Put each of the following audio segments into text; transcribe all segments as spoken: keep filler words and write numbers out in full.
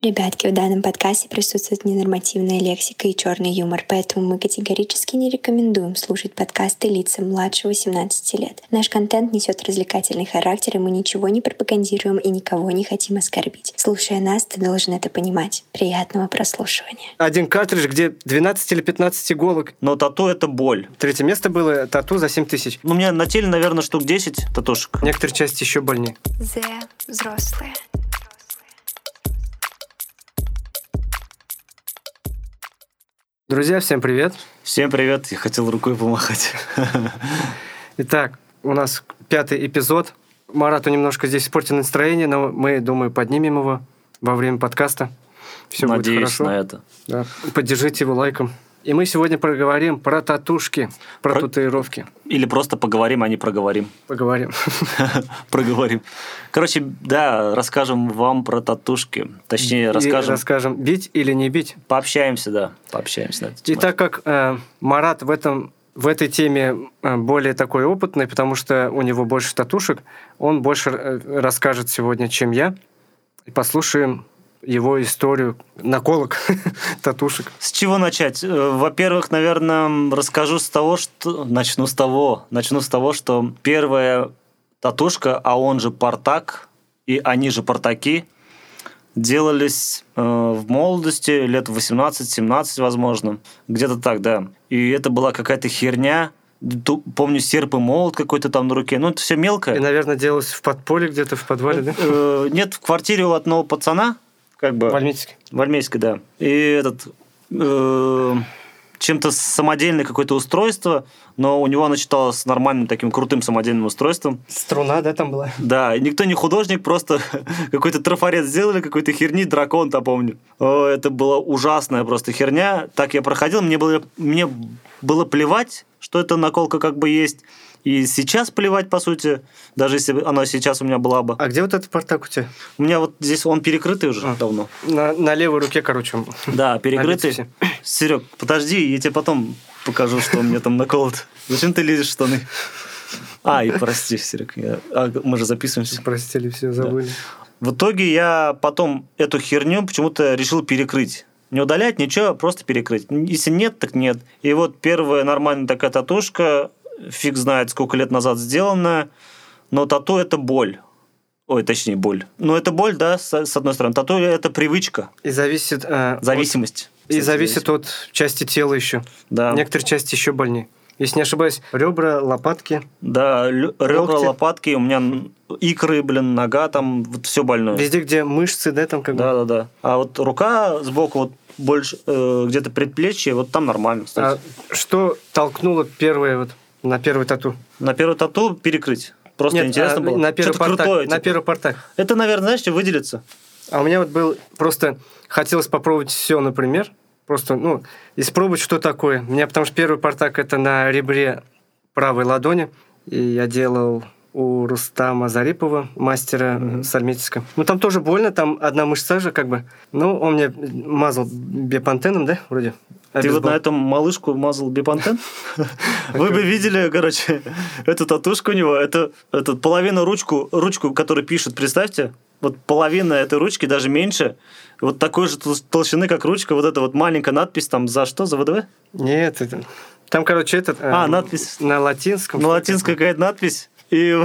Ребятки, в данном подкасте присутствует ненормативная лексика и черный юмор, поэтому мы категорически не рекомендуем слушать подкасты лицам младше восемнадцати лет. Наш контент несет развлекательный характер, и мы ничего не пропагандируем и никого не хотим оскорбить. Слушая нас, ты должен это понимать. Приятного прослушивания. Один картридж, где двенадцать или пятнадцать иголок. Но тату — это боль. Третье место было тату за семь тысяч. Ну, у меня на теле, наверное, штук десять татушек. Некоторые части еще больнее. Зе взрослые. Друзья, всем привет. Всем привет. Я хотел рукой помахать. Итак, у нас пятый эпизод. Марату немножко здесь испортил настроение, но мы, думаю, поднимем его во время подкаста. Все будет хорошо. Надеюсь на это. Да. Поддержите его лайком. И мы сегодня проговорим про татушки, про, про... татуировки. Или просто поговорим, а не проговорим. Поговорим. Проговорим. Короче, да, расскажем вам про татушки. Точнее, расскажем... расскажем, бить или не бить. Пообщаемся, да. Пообщаемся. И так как э, Марат в этом... в этой теме более такой опытный, потому что у него больше татушек, он больше расскажет сегодня, чем я. И послушаем его историю наколок татушек. С чего начать? Во-первых, наверное, расскажу с того, что... Начну с того, начну с того, что первая татушка, а он же Партак, и они же Партаки, делались э, в молодости, лет восемнадцать-семнадцать, возможно. Где-то так, да. И это была какая-то херня. Помню, серп и молот какой-то там на руке. Ну, это все мелкое. И, наверное, делалось в подполье, где-то в подвале, да? Э, нет, в квартире у одного пацана. Как бы, в Альметьевске. В Альметьевске, да. И этот... Э, чем-то самодельное какое-то устройство, но у него оно читалось с нормальным таким крутым самодельным устройством. Струна, да, там была? Да, и никто не художник, просто какой-то трафарет сделали, какой-то херни, дракон, там помню. О, это была ужасная просто херня. Так я проходил, мне было, мне было плевать, что эта наколка как бы есть. И сейчас плевать, по сути, даже если бы оно сейчас у меня была бы. А где вот этот Партак у тебя? У меня вот здесь он перекрытый уже а, давно. На, на левой руке, короче. Да, перекрытый. Серег, подожди, я тебе потом покажу, что у меня там наколото. Зачем ты лезешь в штаны? А, и прости, Серег, я... а, мы же записываемся. Простили, все, забыли. Да. В итоге я потом эту херню почему-то решил перекрыть. Не удалять, ничего, просто перекрыть. Если нет, так нет. И вот первая нормальная такая татушка... Фиг знает, сколько лет назад сделано, но тату – это боль. Ой, точнее, боль. Ну, это боль, да, с, с одной стороны. Тату – это привычка. И зависит... Э, Зависимость. От, и зависит от части тела еще. Да. Некоторые части еще больнее. Если не ошибаюсь, ребра, лопатки. Да, ребра, лопатки, у меня икры, блин, нога, там вот все больное. Везде, где мышцы, да, там как бы. Да, да, да. А вот рука сбоку, вот больше, э, где-то предплечье, вот там нормально, кстати. А что толкнуло первое вот на первый тату? На первый тату перекрыть. Просто Нет, интересно а, было. На первый Что-то Партак, крутое. На типа. первый Партак. Это, наверное, знаешь, что выделится. А у меня вот был просто... Хотелось попробовать все, например. Просто, ну, испробовать, что такое. У меня, потому что первый Партак – это на ребре правой ладони. И я делал у Рустама Зарипова, мастера mm-hmm. с Альметьевска. Ну, там тоже больно, там одна мышца же как бы. Ну, он мне мазал бепантеном, да, вроде? Ты вот на этом малышку мазал бепантен? Вы бы видели, короче, эту татушку у него. Это половина ручку, ручку, которую пишут, представьте. Вот половина этой ручки, даже меньше, вот такой же толщины, как ручка, вот эта вот маленькая надпись там за что, за ВДВ? Нет, это... Там, короче, этот... А, э, надпись. На латинском. На латинской какая-то надпись. И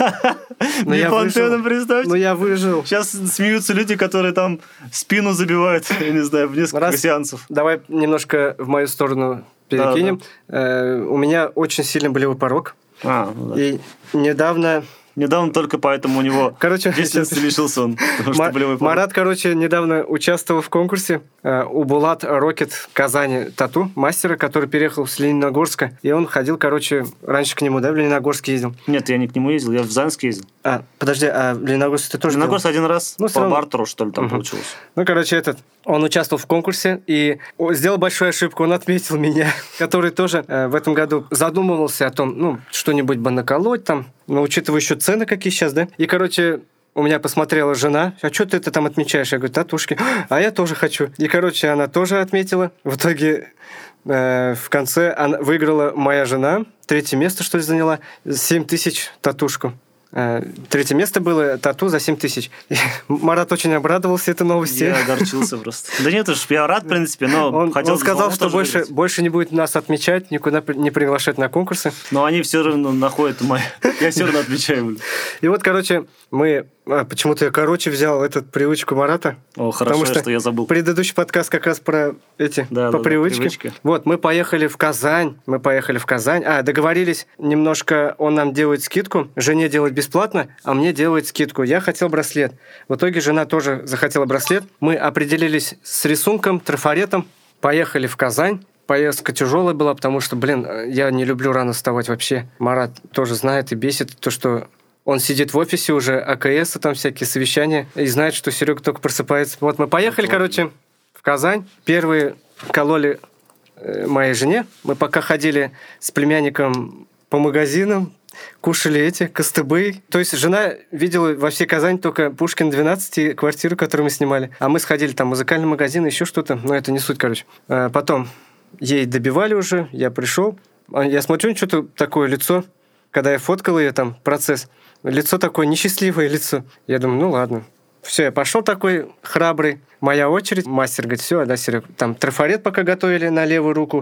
бепантеном, представьте. Ну, я выжил. Сейчас смеются люди, которые там спину забивают, я не знаю, в несколько Раз, сеансов. Давай немножко в мою сторону перекинем. Да, да. Э, у меня очень сильный болевой порог. А, ну да. И недавно... Недавно только поэтому у него короче, девственности лишился он. Ма- Марат, короче, недавно участвовал в конкурсе э, у Булат Рокет Казани тату, мастера, который переехал с Лениногорска. И он ходил, короче, раньше к нему, да, в Лениногорск ездил? Нет, я не к нему ездил, я в Занск ездил. А, подожди, а в Лениногорск ты тоже Лениногорск один раз, ну, по бартеру, что ли, там угу. получилось. Ну, короче, этот... Он участвовал в конкурсе и сделал большую ошибку. Он отметил меня, который тоже э, в этом году задумывался о том, ну, что-нибудь бы наколоть там, но учитывая еще цены какие сейчас, да. И, короче, у меня посмотрела жена, а что ты это там отмечаешь? Я говорю, татушки. А я тоже хочу. И, короче, она тоже отметила. В итоге э, в конце она выиграла моя жена, третье место, что ли, заняла, семь тысяч татушку. Третье место было тату за семь тысяч. Марат очень обрадовался этой новости. Я огорчился просто. Да нет уж, я рад, в принципе, но он, хотел... Он сказал, что больше, больше не будет нас отмечать, никуда не приглашать на конкурсы. Но они все равно находят мои... Я все равно отмечаю. И вот, короче, мы... Почему-то я, короче, взял эту привычку Марата. О, хорошо, потому что, что я забыл. Предыдущий подкаст как раз про эти, да, по да, привычке. Да, привычки. Вот, мы поехали в Казань. Мы поехали в Казань. А, договорились немножко, он нам делает скидку. Жене делает бесплатно, а мне делает скидку. Я хотел браслет. В итоге жена тоже захотела браслет. Мы определились с рисунком, трафаретом. Поехали в Казань. Поездка тяжелая была, потому что, блин, я не люблю рано вставать вообще. Марат тоже знает и бесит то, что он сидит в офисе уже, АКС, там всякие совещания, и знает, что Серега только просыпается. Вот мы поехали, короче, в Казань. Первые кололи моей жене. Мы пока ходили с племянником по магазинам, кушали эти костыбы. То есть жена видела во всей Казани только Пушкин двенадцать и квартиру, которую мы снимали. А мы сходили там в музыкальный магазин, еще что-то. Но это не суть, короче. Потом ей добивали уже, я пришел. Я смотрю, что-то такое лицо. Когда я фоткал ее, там, процесс, лицо такое, несчастливое лицо. Я думаю, ну ладно. Все, я пошел такой храбрый. Моя очередь. Мастер говорит, все, да, Серег. Там трафарет пока готовили на левую руку,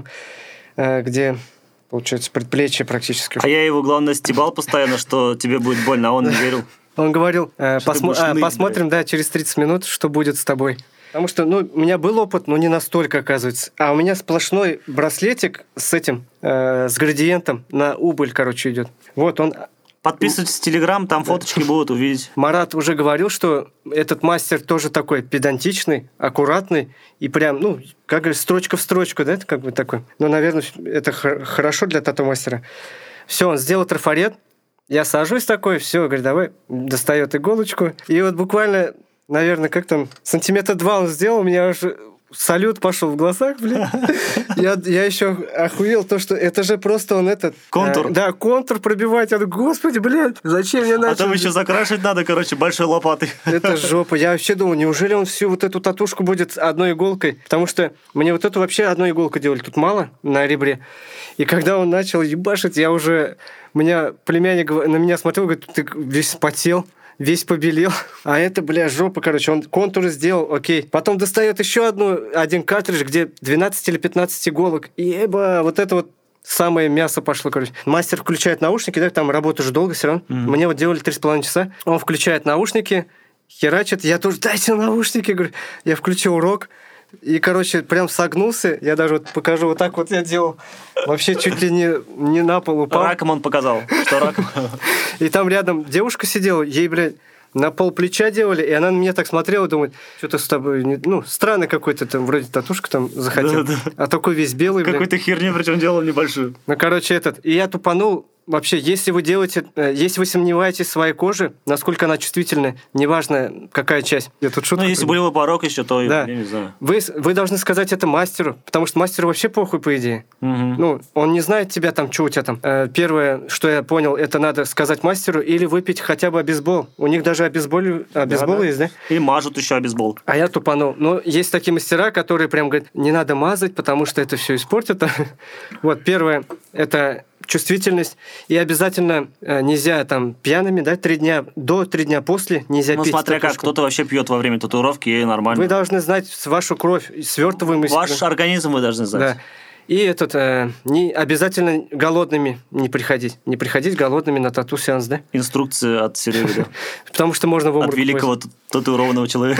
где, получается, предплечье практически. А я его, главное, стебал постоянно, что тебе будет больно, а он не верил. Он говорил, посмо... а, посмотрим, да, через тридцать минут, что будет с тобой. Потому что, ну, у меня был опыт, но не настолько, оказывается. А у меня сплошной браслетик с этим, э, с градиентом на убыль, короче, идет. Вот он. Подписывайтесь в Телеграм, там фоточки будут увидеть. Марат уже говорил, что этот мастер тоже такой педантичный, аккуратный и прям, ну, как говорится, строчка в строчку, да, это как бы такой. Ну, наверное, это х- хорошо для тату-мастера. Все, он сделал трафарет. Я сажусь такой, все, говорит, давай, достает иголочку. И вот буквально, наверное, как там, сантиметра два он сделал, у меня уже салют пошел в глазах, блин. Я, я еще охуел то, что это же просто он этот... Контур. А, да, контур пробивать. Я думаю, господи, блядь, зачем мне начал? А там еще закрашивать надо, короче, большой лопатой. Это жопа. Я вообще думал, неужели он всю вот эту татушку будет одной иголкой? Потому что мне вот эту вообще одной иголкой делали. Тут мало на ребре. И когда он начал ебашить, я уже... У меня племянник на меня смотрел, говорит, ты весь потел. Весь побелел. А это, бля, жопа, короче. Он контуры сделал, окей. Потом достает еще одну, один картридж, где двенадцать или пятнадцать иголок. И эба, вот это вот самое мясо пошло, короче. Мастер включает наушники, да, там работа уже долго все равно. Mm-hmm. Мне вот делали три с половиной часа. Он включает наушники, херачит. Я тоже, дайте наушники, говорю. Я включил урок. И, короче, прям согнулся. Я даже вот покажу, вот так вот я делал. Вообще чуть ли не, не на пол упал. Раком он показал, что раком. И там рядом девушка сидела, ей, блядь, на пол плеча делали, и она на меня так смотрела, думает, что-то с тобой, ну, странный какой-то там, вроде татушка там захотел. Да, да. А такой весь белый, блядь. Какую-то херню, причем делал небольшую. Ну, короче, этот. И я тупанул. Вообще, если вы делаете, если вы сомневаетесь в своей коже, насколько она чувствительна, неважно, какая часть. Я тут шутку. Ну, если болевой порог еще, то да. я не знаю. Вы, вы должны сказать это мастеру, потому что мастеру вообще похуй, по идее. Угу. Ну, он не знает тебя там, что у тебя там. Первое, что я понял, это надо сказать мастеру или выпить хотя бы обезбол. У них даже обезбол, обезбол да, да. есть, да? И мажут еще обезбол. А я тупанул. Но есть такие мастера, которые прям говорят, не надо мазать, потому что это все испортит. Вот, первое, это... чувствительность. И обязательно э, нельзя там пьяными, да, три дня до, три дня после нельзя ну, пить. Ну, смотря татушку. Как, кто-то вообще пьет во время татуировки, и нормально. Вы должны знать вашу кровь, свертываемость. Ваш организм вы должны знать. Да. И этот, э, не обязательно голодными не приходить. Не приходить голодными на тату-сеанс, да? Инструкция от Сереги, да. Потому что можно в обморок. От великого татуированного человека.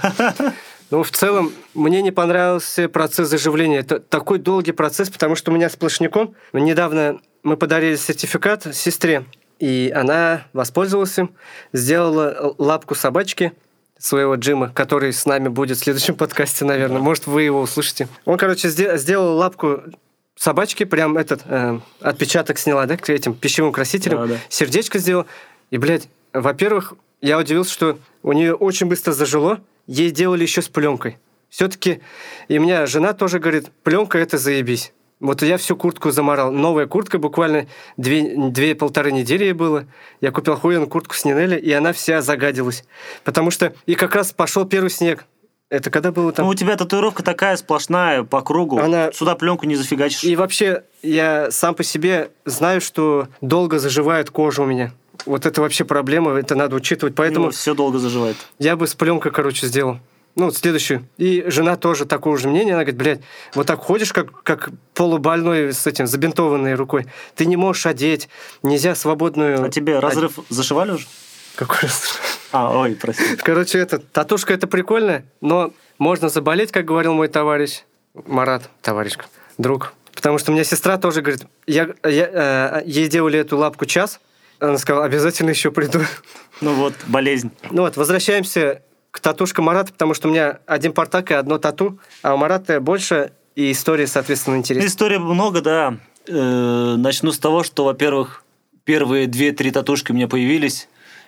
Ну, в целом, мне не понравился процесс заживления. Это такой долгий процесс, потому что у меня сплошняком. Недавно мы подарили сертификат сестре, и она воспользовалась им, сделала лапку собачки своего Джима, который с нами будет в следующем подкасте, наверное. Может, вы его услышите. Он, короче, сделал лапку собачки, прям этот э, отпечаток сняла, да, к этим пищевым красителям, да, да. Сердечко сделал. И, блядь, во-первых, я удивился, что у нее очень быстро зажило. Ей делали еще с пленкой. Все-таки, и у меня жена тоже говорит, пленка это заебись. Вот я всю куртку заморал. Новая куртка, буквально две, две полторы недели ей было. Я купил охуенную куртку с Нинелли, и она вся загадилась. Потому что, и как раз пошел первый снег. Это когда было там... Ну, у тебя татуировка такая сплошная, по кругу. Она... Сюда пленку не зафигачишь. И вообще, я сам по себе знаю, что долго заживает кожа у меня. вот это вообще проблема, это надо учитывать. Поэтому все долго заживает. Я бы с пленкой, короче, сделал. Ну, вот следующую. И жена тоже такого же мнения. Она говорит, блядь, вот так ходишь, как, как полубольной с этим забинтованной рукой. Ты не можешь одеть, нельзя свободную... А тебе разрыв Од... зашивали уже? Какой разрыв? А, ой, прости. Короче, это, татушка это прикольно, но можно заболеть, как говорил мой товарищ Марат, товарищ, друг. Потому что у меня сестра тоже говорит, я, я, э, ей делали эту лапку час, она сказала, обязательно еще приду. Ну вот, болезнь. Ну вот, возвращаемся к татушкам Марата, потому что у меня один партак и одно тату, а у Марата больше, и истории, соответственно, интереснее. Истории много, да. Э-э, начну с того, что, во-первых, первые две-три татушки у меня появились,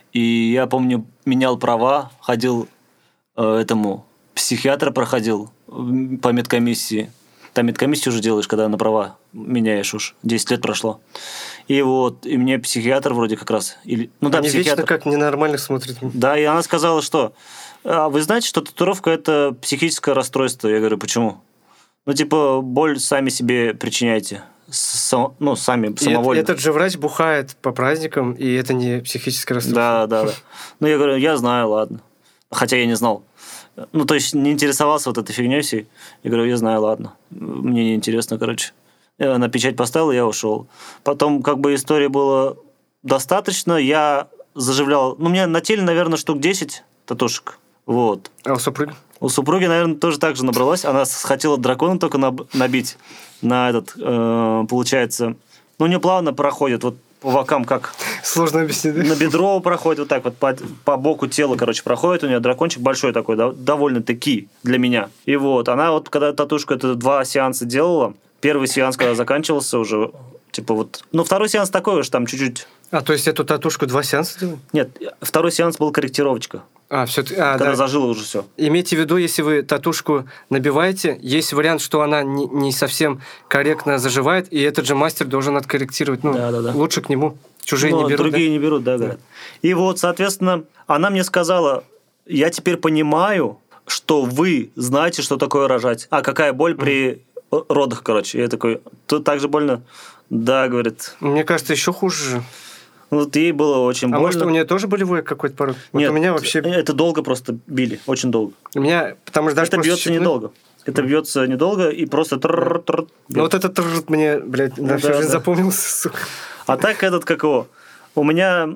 и я помню, менял права, ходил э, этому, психиатра проходил по медкомиссии. Там медкомиссию уже делаешь, когда на права меняешь уж. десять лет прошло. И вот, и мне психиатр вроде как раз... Или, ну да, Они психиатр. вечно как ненормально смотрят. Да, и она сказала, что... А вы знаете, что татуировка – это психическое расстройство? Я говорю, почему? Ну, типа, боль сами себе причиняете. Сам, ну, сами, самовольно. И этот же врач бухает по праздникам, и это не психическое расстройство. Да, да, да. Ну, я говорю, я знаю, ладно. Хотя я не знал. Ну, то есть, не интересовался вот этой фигней всей. Я говорю, я знаю, ладно. Мне не интересно, короче. Я на печать поставил, и я ушел. Потом, как бы, истории было достаточно. Я заживлял... Ну, у меня на теле, наверное, штук десять татушек. Вот. А у супруги? У супруги, наверное, тоже так же набралась. Она хотела дракона только набить на этот, э, получается... Ну, у нее плавно проходит вот по бокам как... Сложно объяснить, да? На бедро проходит вот так вот, по, по боку тела, короче, проходит. У нее дракончик большой такой, да, довольно-таки для меня. И вот, она вот, когда татушку, это два сеанса делала, первый сеанс, когда заканчивался уже, типа вот... Ну, второй сеанс такой уж, там чуть-чуть... А, то есть эту татушку два сеанса делали? Нет, второй сеанс был корректировочка. А, все, а, когда да. зажило уже все. Имейте в виду, если вы татушку набиваете, есть вариант, что она не, не совсем корректно заживает, и этот же мастер должен откорректировать. Ну, да, да, да. Лучше к нему. Чужие Но не берут. Другие да? не берут, да, говорят. Да. И вот, соответственно, она мне сказала, я теперь понимаю, что вы знаете, что такое рожать. А какая боль при родах, короче. Я такой, тут так же больно? Да, говорит. Мне кажется, еще хуже же. Вот ей было очень больно. А может, у нее тоже болевой какой-то порог? Вот Нет, у меня вообще... это долго просто били, очень долго. У меня, потому что даже это бьется щекны... недолго. Это бьется недолго и просто... Ну вот этот мне, блядь, на всю жизнь запомнился, сука. А так этот, как его... У меня,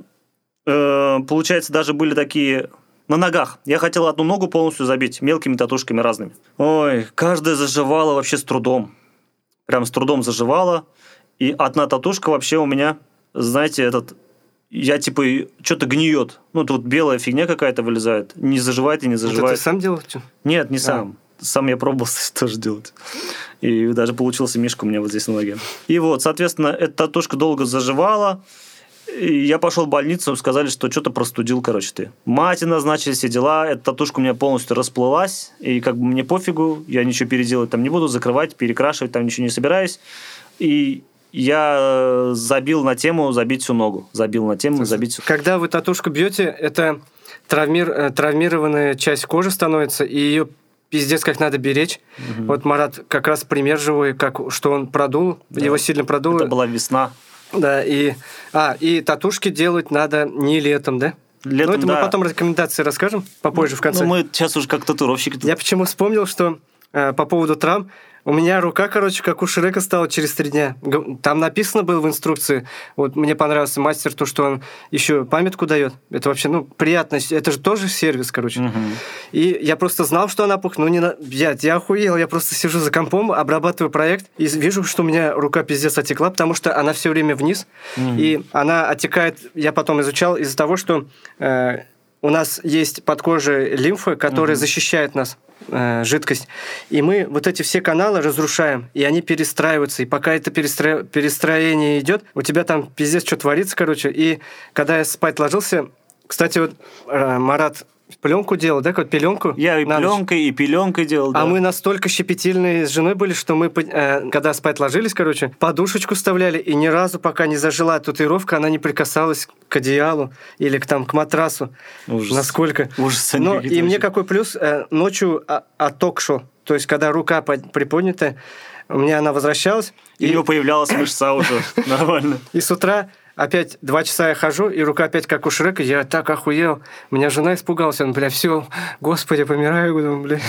э, получается, даже были такие... На ногах. Я хотел одну ногу полностью забить мелкими татушками разными. Ой, каждая заживала вообще с трудом. Прям с трудом заживала. И одна татушка вообще у меня... Знаете, этот, я типа, что-то гниет. Ну, тут белая фигня какая-то вылезает. Не заживает и не заживает. Это ты сам делал? Нет, не сам. А. Сам я пробовал тоже делать. И даже получился мишка у меня вот здесь на ноге. И вот, соответственно, эта татушка долго заживала. И я пошел в больницу, сказали, что что-то простудил, короче, ты. Мать назначили, все дела. Эта татушка у меня полностью расплылась. И как бы мне пофигу, я ничего переделать там не буду, закрывать, перекрашивать, там ничего не собираюсь. И... Я забил на тему забить всю ногу. Забил на тему забить всю... Когда вы татушку бьете, это травмир... травмированная часть кожи становится, и ее пиздец как надо беречь. Угу. Вот Марат как раз пример живой, как, что он продул, да. Его сильно продул. Это была весна. Да, и... А, и татушки делать надо не летом, да? Летом, ну, это да. мы потом рекомендации расскажем попозже, ну, в конце. Ну, мы сейчас уже как татуировщики. Я почему вспомнил, что э, по поводу травм, у меня рука, короче, как у Шрека стала через три дня. Там написано было в инструкции. Вот мне понравился мастер, то, что он еще памятку дает. Это вообще, ну, приятно. Это же тоже сервис, короче. Угу. И я просто знал, что она пухнет. Ну, не на... я, я охуел. Я просто сижу за компом, обрабатываю проект, и вижу, что у меня рука пиздец отекла, потому что она все время вниз. Угу. И она отекает, я потом изучал, из-за того, что э, у нас есть под кожей лимфа, которая угу. защищает нас. Жидкость. И мы вот эти все каналы разрушаем, и они перестраиваются. И пока это перестро... перестроение идет, у тебя там пиздец что творится, короче. И когда я спать ложился, кстати, вот Марат пленку делал, да, какую-то пеленку? Я и пленкой, и пеленкой делал, да. А мы настолько щепетильные с женой были, что мы, когда спать ложились, короче, подушечку вставляли, и ни разу, пока не зажила татуировка, она не прикасалась к одеялу или к, там, к матрасу. Ужас. Насколько. Ужас. Но и мне какой плюс? Ночью отток шел. То есть, когда рука приподнята, у меня она возвращалась. И, и... у него появлялась мышца уже нормально. И с утра опять два часа я хожу, и рука опять как у Шрека, я так охуел. Меня жена испугалась, он, бля, все, господи, помираю, думаю, бля.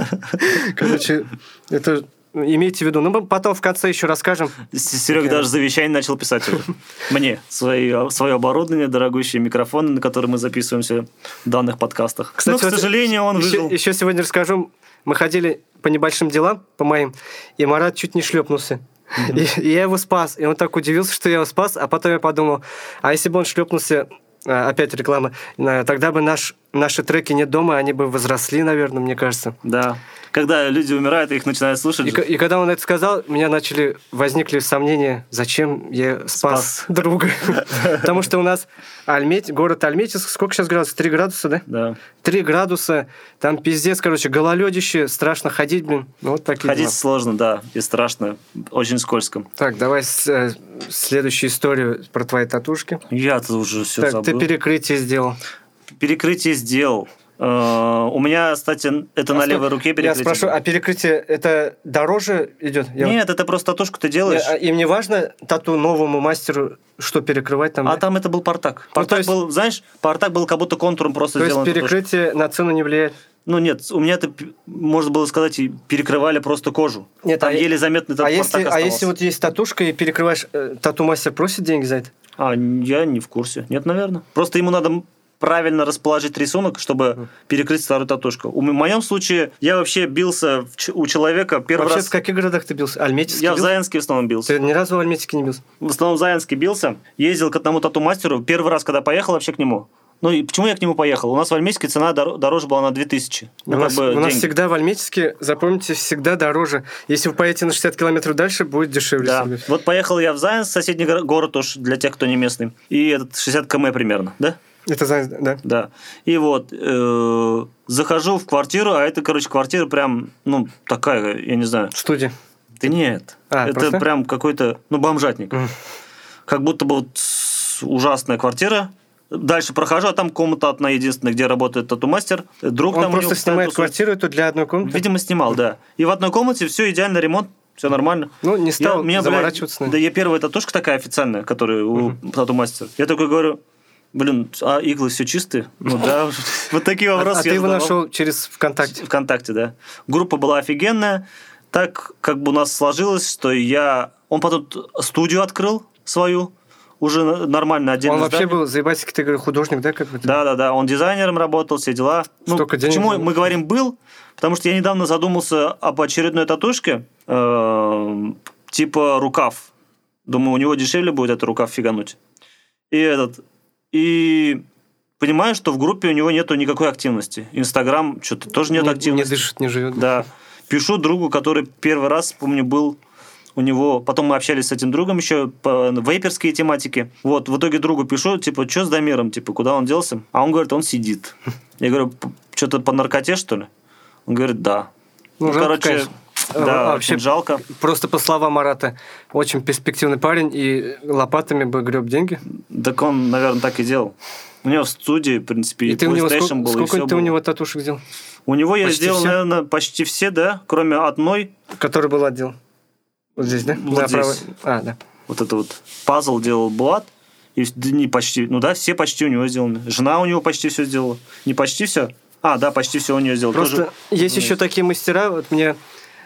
Короче, это... Имейте в виду. Ну, мы потом в конце еще расскажем. Серега даже завещание начал писать уже. Мне свое, свое оборудование, дорогущие микрофоны, на которые мы записываемся в данных подкастах. Кстати, Но, к сожалению, он еще, выжил. Еще сегодня расскажу. Мы ходили по небольшим делам, по моим, и Марат чуть не шлепнулся. Mm-hmm. И, и я его спас. И он так удивился, что я его спас, а потом я подумал, а если бы он шлепнулся, опять реклама, тогда бы наш, наши треки «Нет дома», они бы возросли, наверное, мне кажется. Да. Когда люди умирают, их начинают слушать. И, и когда он это сказал, у меня начали возникли сомнения, зачем я спас, спас. друга. Потому что у нас Альметь, город Альметьевск, сколько сейчас градусов? Три градуса, да? Да. Три градуса, там пиздец, короче, гололедище, страшно ходить, блин. Вот такие Ходить дела. Сложно, да, и страшно, очень скользко. Так, давай с, э, следующую историю про твои татушки. Я-то уже все так, забыл. Ты перекрытие сделал. Перекрытие сделал. У меня, кстати, это а на левой руке перекрытие. Я спрошу, а перекрытие это дороже идет? Я Нет, вот... это просто татушку ты делаешь. И мне важно тату новому мастеру, что перекрывать там. А да? там это был Партак. Партак ну, есть... был, знаешь, Партак был как будто контуром просто то сделан. То есть перекрытие татушку. На цену не влияет? Ну нет, у меня это, можно было сказать, перекрывали просто кожу. Нет, там а еле заметно этот а если, оставался. А если вот есть татушка и перекрываешь, тату-мастер просит деньги за это? А, я не в курсе. Нет, наверное. Просто ему надо... правильно расположить рисунок, чтобы перекрыть старую татушку. В моем случае я вообще бился у человека первый вообще, раз... в каких городах ты бился? Альметьевске Я бился? в Заинске в основном бился. Ты ни разу в Альметьевске не бился? В основном в Заинске бился. Ездил к одному тату-мастеру. Первый раз, когда поехал вообще к нему. Ну и почему я к нему поехал? У нас в Альметьевске цена дороже была на две тысячи. Ну, у нас, как бы у нас всегда в Альметьевске, запомните, всегда дороже. Если вы поедете на шестьдесят километров дальше, будет дешевле. Да. Вот поехал я в Заинск, соседний город уж для тех, кто не местный. И этот шестьдесят километров примерно, да? Это Заинск, да? Да. И вот э, захожу в квартиру, а это, короче, квартира прям, ну, такая, я не знаю. Студия? Да нет. А, это просто? Прям какой-то, ну, бомжатник. Mm. Как будто бы вот ужасная квартира. Дальше прохожу, а там комната одна единственная, где работает тату-мастер. Друг Он там просто у него снимает тусует. квартиру эту для одной комнаты? Видимо, снимал, да. И в одной комнате все идеально, ремонт, все нормально. Ну, не стал я, меня, заморачиваться. Бля, да, я первая татушка такая официальная, которая у uh-huh. тату-мастера. Я такой говорю, блин, а иглы все чистые? Ну да, вот такие вопросы. А ты его нашел через ВКонтакте? ВКонтакте, да. Группа была офигенная. Так как бы у нас сложилось, что я... Он потом студию открыл свою, уже нормально отдельно. Он вообще был заебательский, ты говорил, художник, да? Как бы? Да, да, да. Он дизайнером работал, все дела. Ну, Столько денег. Почему мы говорим «был»? Потому что я недавно задумался об очередной татушке, э, типа рукав. Думаю, у него дешевле будет этот рукав фигануть. И этот... И понимаю, что в группе у него нету никакой активности. Инстаграм, что-то тоже нет не, активности. Не дышит, не живет. Да. Пишу другу, который первый раз, помню, был у него... Потом мы общались с этим другом еще по вейперские тематики. Вот, в итоге другу пишу, типа, что с Дамиром? Типа, куда он делся? А он говорит, он сидит. Я говорю, что-то по наркоте, что ли? Он говорит, да. Ну, ну жалко, короче... конечно. Да, а, вообще жалко. Просто по словам Марата, очень перспективный парень и лопатами бы греб деньги. Так он, наверное, так и делал. У него в студии, в принципе, и, и ты у него сколько, был, сколько и ты было. у него татушек сделал? У него я почти сделал, все? наверное, почти все, да, кроме одной. Который был отдел. Вот здесь, да? Вот да, здесь. Право... А, да. Вот это вот пазл делал Булат. И не почти, ну да, все почти у него сделаны. Жена у него почти все сделала. Не почти все. А, да, почти все у нее сделала. Просто Тоже... есть еще такие мастера. Вот мне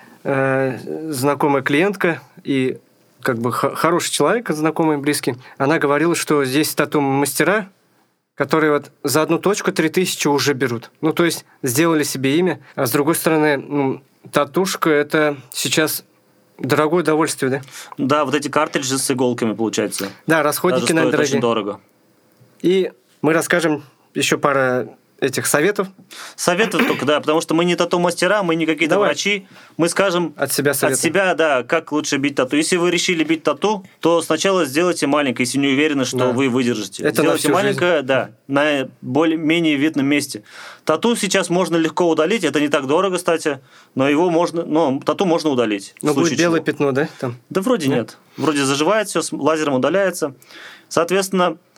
э, знакомая клиентка и как бы х- хороший человек, знакомый, близкий, она говорила, что здесь тату-мастера, которые вот за одну точку три тысячи уже берут. Ну, то есть сделали себе имя. А с другой стороны, ну, татушка – это сейчас дорогое удовольствие, да? Да, вот эти картриджи с иголками, получается. Да, расходники, наверное, дорогие. Очень дорого. И мы расскажем еще пару этих советов. Советов только, да, потому что мы не тату-мастера, мы не какие-то Давай. врачи. Мы скажем от себя советы. От себя, да, как лучше бить тату. Если вы решили бить тату, то сначала сделайте маленькое, если не уверены, что да. вы выдержите. Это сделайте на всю маленькое, жизнь. да, на более-менее видном месте. Тату сейчас можно легко удалить, это не так дорого, кстати, но его можно, но тату можно удалить. Но будет белое чего. Пятно, да? Там? Да вроде нет. нет. Вроде заживает все, с лазером удаляется. Соответственно,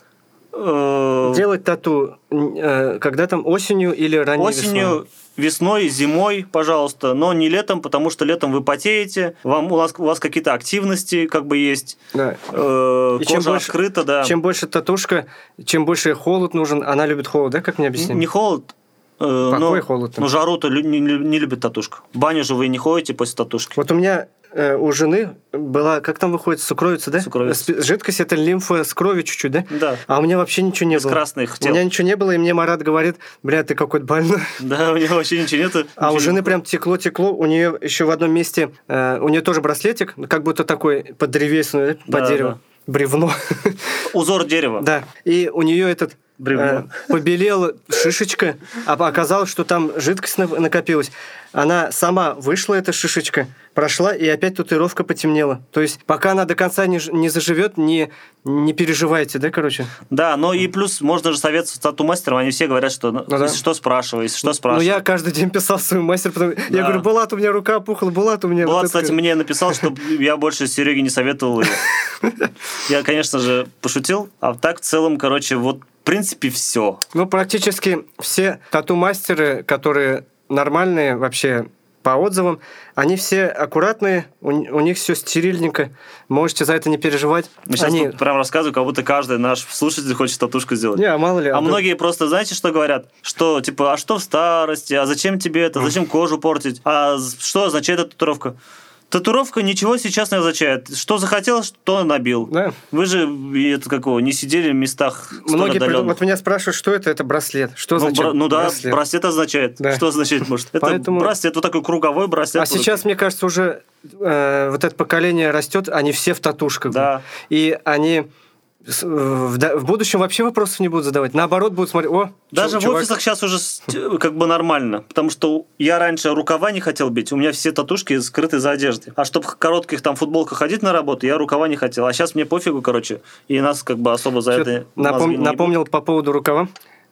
Делать тату когда там, осенью или ранней осенью, весной? Весной, зимой, пожалуйста, но не летом, потому что летом вы потеете, вам, у, вас, у вас какие-то активности как бы есть, да. э, И кожа чем больше, открыта, да. Чем больше татушка, чем больше холод нужен, она любит холод, да, как мне объяснить? Не холод, э, Покой, но, холод. но жару-то не, не, не любит татушка. В баню же вы не ходите после татушки. Вот у меня э, у жены была, как там выходит, сукровица, да? Сукровица. Жидкость – это лимфа с кровью чуть-чуть, да? Да. А у меня вообще ничего не Без было. красных тел. У меня ничего не было, и мне Марат говорит, бля, ты какой-то больной. Да, у него вообще ничего нету. А у жены прям текло-текло, у нее еще в одном месте, э, у нее тоже браслетик, как будто такой под древесную, да? Под да, дерево. Да. Бревно. Узор дерева. Да. И у нее этот э, побелела шишечка, а оказалось, что там жидкость накопилась. Она сама вышла, эта шишечка, прошла, и опять татуировка потемнела. То есть, пока она до конца не, не заживет, не, не переживайте, да, короче? Да, но и плюс можно же советоваться с тату-мастером, они все говорят, что ну, да. если что, спрашивай, если что, спрашивай. Ну, я каждый день писал своему мастеру, потом... да. Я говорю, Булат, у меня рука опухла, Булат, у меня... Булат, вот кстати, это... мне написал, что я больше Сереге не советовал его. Я, конечно же, пошутил, а так в целом, короче, вот в принципе все. Ну, практически все тату-мастеры, которые нормальные вообще по отзывам, они все аккуратные, у, у них все стерильненько, можете за это не переживать. Мы сейчас они... тут прям рассказываю, как будто каждый наш слушатель хочет татушку сделать. Не, а мало ли. А, а да. многие просто, знаете, что говорят? Что, типа, а что в старости? А зачем тебе это? Зачем кожу портить? А что означает эта татуировка? Татуировка ничего сейчас не означает. Что захотел, что набил. Да. Вы же это какого, не сидели в местах многие придум... Вот меня спрашивают, что это? Это браслет. Что ну, значит бра... ну да, браслет? браслет означает. Да. Что означает, может? Это Поэтому... браслет, вот такой круговой браслет. А сейчас, мне кажется, уже э, вот это поколение растет, они все в татушках. Да. И они... В, в будущем вообще вопросов не будут задавать. Наоборот, будут смотреть, о, даже чувак... в офисах сейчас уже как бы нормально. Потому что я раньше рукава не хотел бить. У меня все татушки скрыты за одеждой. А чтобы в коротких там футболках ходить на работу, я рукава не хотел. А сейчас мне пофигу, короче. И нас как бы особо за Что-то это... Напом... Напомнил по поводу рукава.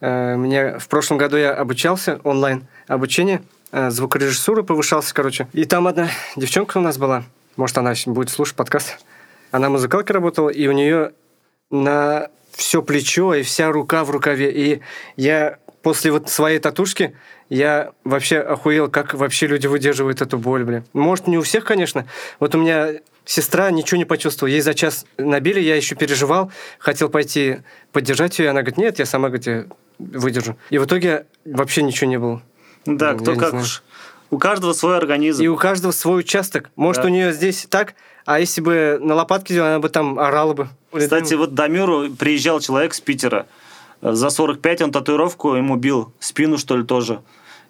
Мне в прошлом году я обучался онлайн обучение. Звукорежиссуру повышался, короче. И там одна девчонка у нас была. Может, она будет слушать подкаст. Она музыкалкой работала, и у нее на все плечо и вся рука в рукаве. И я после вот своей татушки, я вообще охуел, как вообще люди выдерживают эту боль, блин. Может, не у всех, конечно. Вот у меня сестра ничего не почувствовала. Ей за час набили, я еще переживал, хотел пойти поддержать ее. И она говорит, нет, я сама, говорит, я выдержу. И в итоге вообще ничего не было. Да, я кто как уж. У каждого свой организм. И у каждого свой участок. Может, да. У нее здесь так, а если бы на лопатке делала, она бы там орала бы. Кстати, вот Дамиру приезжал человек с Питера. За сорок пять он татуировку ему бил. Спину, что ли, тоже.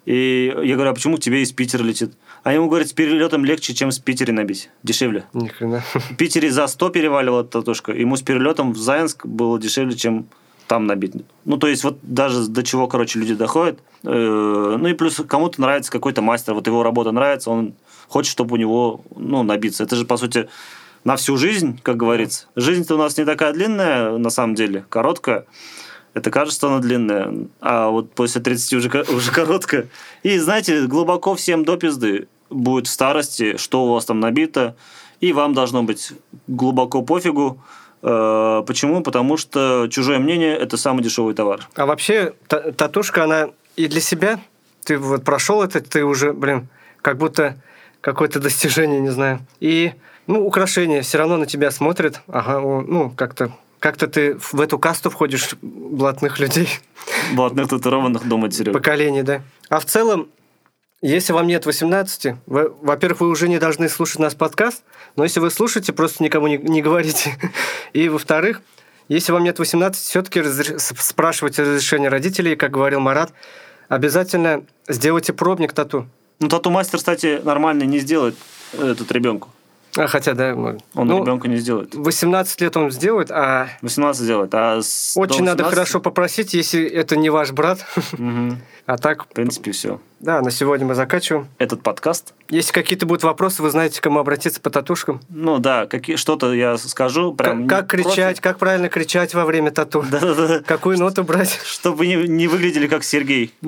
И я говорю, а почему к тебе из Питера летит? А ему говорят, с перелетом легче, чем с Питера набить. Дешевле. Ни хрена. В Питере за сто переваливала татушка. Ему с перелетом в Заинск было дешевле, чем там набить. Ну, то есть, вот даже до чего, короче, люди доходят. Ну, и плюс кому-то нравится какой-то мастер. Вот его работа нравится, он хочет, чтобы у него, ну, набиться. Это же, по сути, на всю жизнь, как говорится. Жизнь-то у нас не такая длинная, на самом деле, короткая. Это кажется, она длинная. А вот после тридцати уже, уже короткая. И, знаете, глубоко всем до пизды будет в старости, что у вас там набито. И вам должно быть глубоко пофигу. Почему? Потому что чужое мнение – это самый дешевый товар. А вообще татушка, она и для себя. Ты вот прошел это, ты уже, блин, как будто какое-то достижение, не знаю. И, ну, украшение все равно на тебя смотрят. Ага, ну, как-то как-то ты в эту касту входишь блатных людей. Блатных татуированных, думать, Серега. Поколений, да. А в целом, если вам нет восемнадцати, вы, во-первых, вы уже не должны слушать наш подкаст, но если вы слушаете, просто никому не, не говорите. И, во-вторых, если вам нет восемнадцати, все-таки разреш... спрашивайте разрешение родителей, как говорил Марат, обязательно сделайте пробник тату. Ну, тату-мастер, кстати, нормально не сделает этот ребенку. А, хотя, да. Он ну, ребенка не сделает. восемнадцать лет он сделает, а... восемнадцать сделает, а... С... Очень надо хорошо попросить, если это не ваш брат. Угу. А так... В принципе, все. Да, на сегодня мы заканчиваем. Этот подкаст. Если какие-то будут вопросы, вы знаете, к кому обратиться по татушкам. Ну да, какие... что-то я скажу. Прям как, как кричать, профи. Как правильно кричать во время тату. Да-да-да. Какую ноту брать. Чтобы не, не выглядели как Сергей. Да.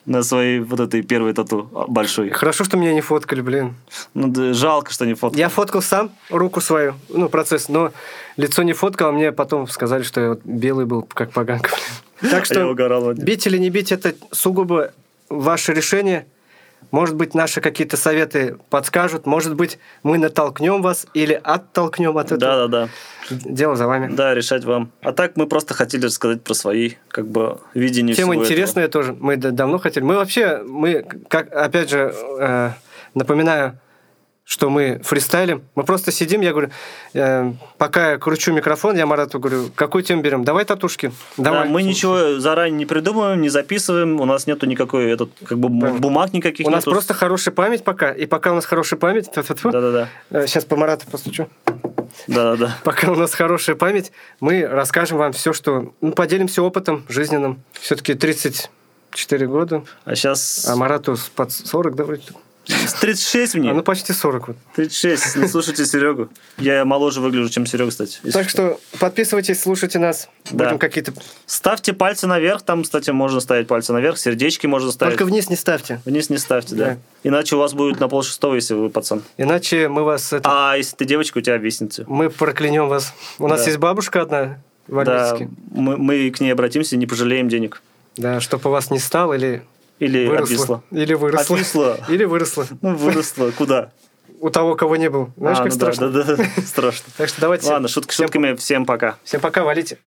на своей вот этой первой тату большой. Хорошо, что меня не фоткали, блин. Ну, да, жалко, что не фоткали. Я фоткал сам руку свою, ну, процесс, но лицо не фоткал, а мне потом сказали, что я вот белый был, как поганка, блин. Так что Я угорал, бить или не бить, это сугубо ваше решение. Может быть, наши какие-то советы подскажут, может быть, мы натолкнем вас или оттолкнем от этого. Да-да-да. Дело за вами. Да, решать вам. А так мы просто хотели рассказать про свои, как бы, видения Тема всего интересная этого. тоже. Мы давно хотели. Мы вообще, мы, как, опять же, э, напоминаю, что мы фристайлим. Мы просто сидим, я говорю, э, пока я кручу микрофон, я Марату говорю, какую тему берем? Давай татушки. Давай. Да, мы ничего заранее не придумываем, не записываем, у нас нету никакой этот, как бы, бумаг никаких. У нету. нас просто хорошая память пока, и пока у нас хорошая память... Да-да-да. Сейчас по Марату постучу. Да-да-да. Пока у нас хорошая память, мы расскажем вам все, что... Ну, поделимся опытом жизненным. Все-таки тридцать четыре года. А сейчас... А Марату под сорок, да, вроде? тридцать шесть мне. А, ну, почти сорок. Вот. тридцать шесть. Не слушайте Серегу. Я моложе выгляжу, чем Серега, кстати. Так что подписывайтесь, слушайте нас. Да. Будем какие-то... Ставьте пальцы наверх. Там, кстати, можно ставить пальцы наверх. Сердечки можно ставить. Только вниз не ставьте. Вниз не ставьте, да. Да. Иначе у вас будет на полшестого, если вы пацан. Иначе мы вас... Это... А если ты девочка, у тебя виснется. Мы проклянем вас. У нас Да. есть бабушка одна в Да, Альметьевске. мы, мы к ней обратимся, не пожалеем денег. Да, чтобы у вас не стало или... Или Выросло. обвисло. Или выросло. Отвисло. Или выросло. Ну, выросло. Куда? У того, кого не было. Знаешь, А, как ну да, страшно. да, да, страшно. Так что давайте... Ладно, шутки всем- шутками. Всем пока. Всем пока, валите.